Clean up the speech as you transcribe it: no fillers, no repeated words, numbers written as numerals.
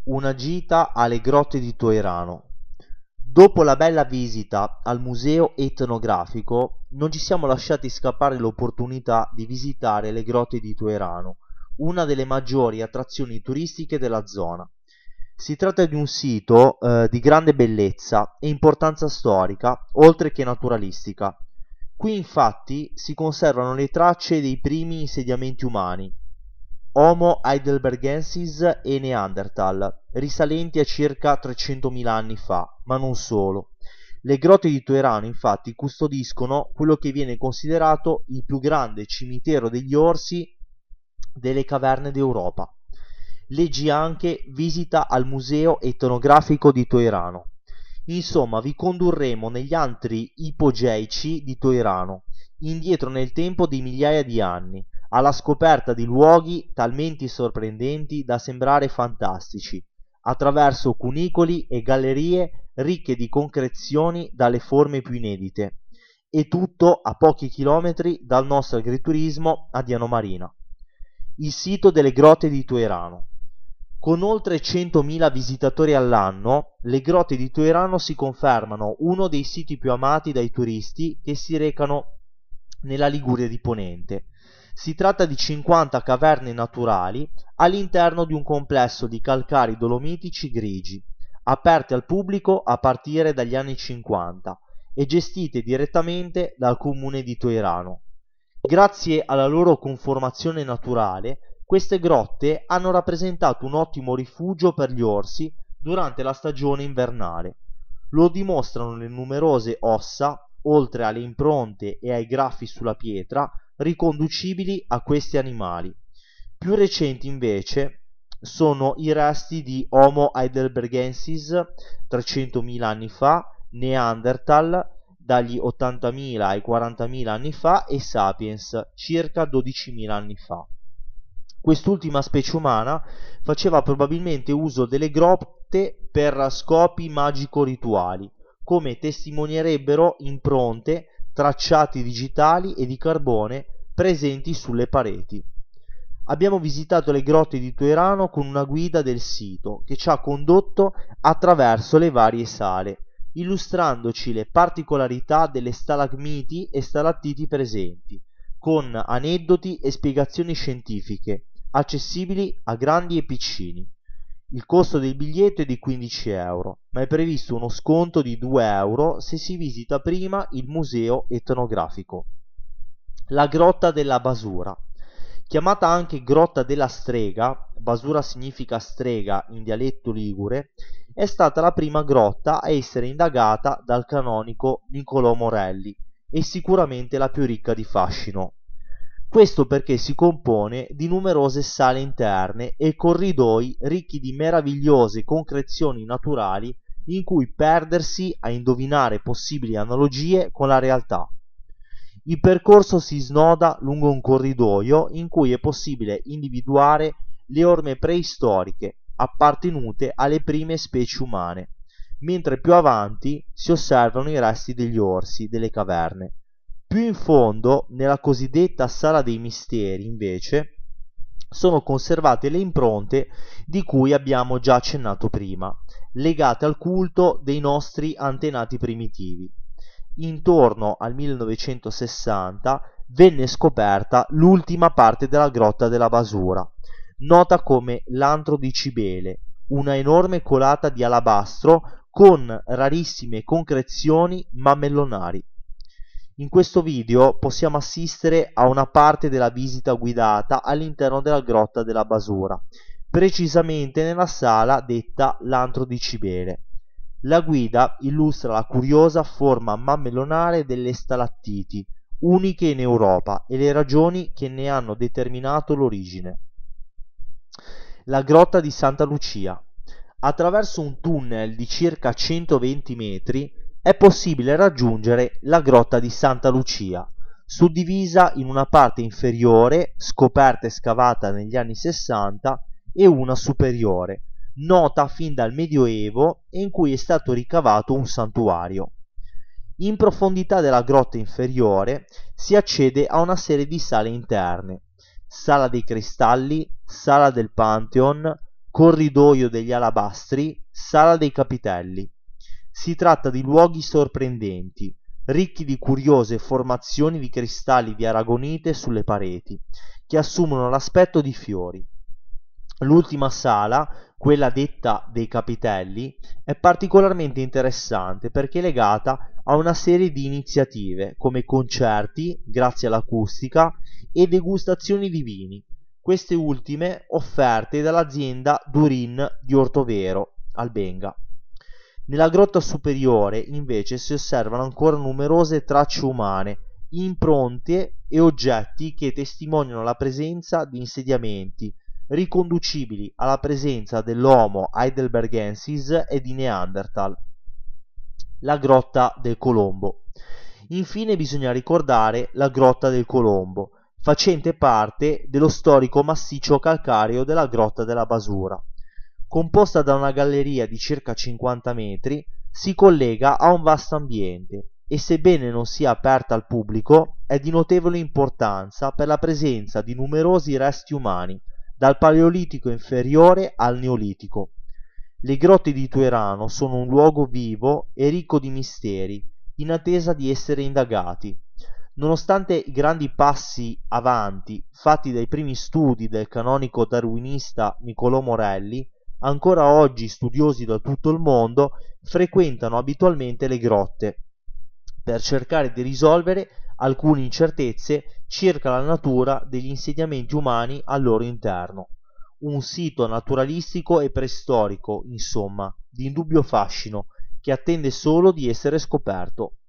Una gita alle grotte di Toirano. Dopo la bella visita al museo etnografico, non ci siamo lasciati scappare l'opportunità di visitare le grotte di Toirano, una delle maggiori attrazioni turistiche della zona. Si tratta di un sito di grande bellezza e importanza storica, oltre che naturalistica. Qui infatti si conservano le tracce dei primi insediamenti umani, Homo heidelbergensis e Neanderthal, risalenti a circa 300.000 anni fa, ma non solo. Le grotte di Toirano infatti custodiscono quello che viene considerato il più grande cimitero degli orsi delle caverne d'Europa. Leggi anche visita al museo etnografico di Toirano. Insomma, vi condurremo negli antri ipogeici di Toirano, indietro nel tempo di migliaia di anni, alla scoperta di luoghi talmente sorprendenti da sembrare fantastici, attraverso cunicoli e gallerie ricche di concrezioni dalle forme più inedite, e tutto a pochi chilometri dal nostro agriturismo a Diano Marina. Il sito delle grotte di Toirano. Con oltre 100.000 visitatori all'anno, le grotte di Toirano si confermano uno dei siti più amati dai turisti che si recano nella Liguria di Ponente. Si tratta di 50 caverne naturali all'interno di un complesso di calcari dolomitici grigi, aperte al pubblico a partire dagli anni 50 e gestite direttamente dal comune di Toirano. Grazie alla loro conformazione naturale, queste grotte hanno rappresentato un ottimo rifugio per gli orsi durante la stagione invernale. Lo dimostrano le numerose ossa, oltre alle impronte e ai graffi sulla pietra, riconducibili a questi animali. Più recenti invece sono i resti di Homo heidelbergensis 300.000 anni fa, Neanderthal dagli 80.000 ai 40.000 anni fa e Sapiens circa 12.000 anni fa. Quest'ultima specie umana faceva probabilmente uso delle grotte per scopi magico-rituali, come testimonierebbero impronte, tracciati digitali e di carbone presenti sulle pareti. Abbiamo visitato le grotte di Toirano con una guida del sito che ci ha condotto attraverso le varie sale, illustrandoci le particolarità delle stalagmiti e stalattiti presenti, con aneddoti e spiegazioni scientifiche, accessibili a grandi e piccini. Il costo del biglietto è di 15 euro, ma è previsto uno sconto di 2 euro se si visita prima il museo etnografico. La grotta della Basura. Chiamata anche grotta della Strega, Basura significa strega in dialetto ligure, è stata la prima grotta a essere indagata dal canonico Niccolò Morelli e sicuramente la più ricca di fascino. Questo perché si compone di numerose sale interne e corridoi ricchi di meravigliose concrezioni naturali in cui perdersi a indovinare possibili analogie con la realtà. Il percorso si snoda lungo un corridoio in cui è possibile individuare le orme preistoriche appartenute alle prime specie umane, mentre più avanti si osservano i resti degli orsi delle caverne. Più in fondo, nella cosiddetta Sala dei Misteri, invece, sono conservate le impronte di cui abbiamo già accennato prima, legate al culto dei nostri antenati primitivi. Intorno al 1960 venne scoperta l'ultima parte della grotta della Basura, nota come l'antro di Cibele, una enorme colata di alabastro con rarissime concrezioni mamellonari. In questo video possiamo assistere a una parte della visita guidata all'interno della grotta della Basura, precisamente nella sala detta l'antro di Cibele. La guida illustra la curiosa forma mamellonare delle stalattiti, uniche in Europa, e le ragioni che ne hanno determinato l'origine. La grotta di Santa Lucia. Attraverso un tunnel di circa 120 metri è possibile raggiungere la grotta di Santa Lucia, suddivisa in una parte inferiore, scoperta e scavata negli anni 60, e una superiore, nota fin dal Medioevo e in cui è stato ricavato un santuario. In profondità della grotta inferiore si accede a una serie di sale interne: Sala dei Cristalli, Sala del Pantheon, corridoio degli alabastri, sala dei capitelli. Si tratta di luoghi sorprendenti, ricchi di curiose formazioni di cristalli di aragonite sulle pareti, che assumono l'aspetto di fiori. L'ultima sala, quella detta dei capitelli, è particolarmente interessante perché è legata a una serie di iniziative come concerti, grazie all'acustica, e degustazioni di vini, queste ultime offerte dall'azienda Durin di Ortovero, Albenga. Nella grotta superiore invece si osservano ancora numerose tracce umane, impronte e oggetti che testimoniano la presenza di insediamenti riconducibili alla presenza dell'Homo heidelbergensis e di Neanderthal. La grotta del Colombo. Infine bisogna ricordare la grotta del Colombo, facente parte dello storico massiccio calcareo della grotta della Basura. Composta da una galleria di circa 50 metri, si collega a un vasto ambiente e, sebbene non sia aperta al pubblico, è di notevole importanza per la presenza di numerosi resti umani, dal Paleolitico inferiore al Neolitico. Le grotte di Tuerano sono un luogo vivo e ricco di misteri, in attesa di essere indagati. Nonostante i grandi passi avanti fatti dai primi studi del canonico darwinista Niccolò Morelli, ancora oggi studiosi da tutto il mondo frequentano abitualmente le grotte per cercare di risolvere alcune incertezze circa la natura degli insediamenti umani al loro interno. Un sito naturalistico e preistorico, insomma, di indubbio fascino, che attende solo di essere scoperto.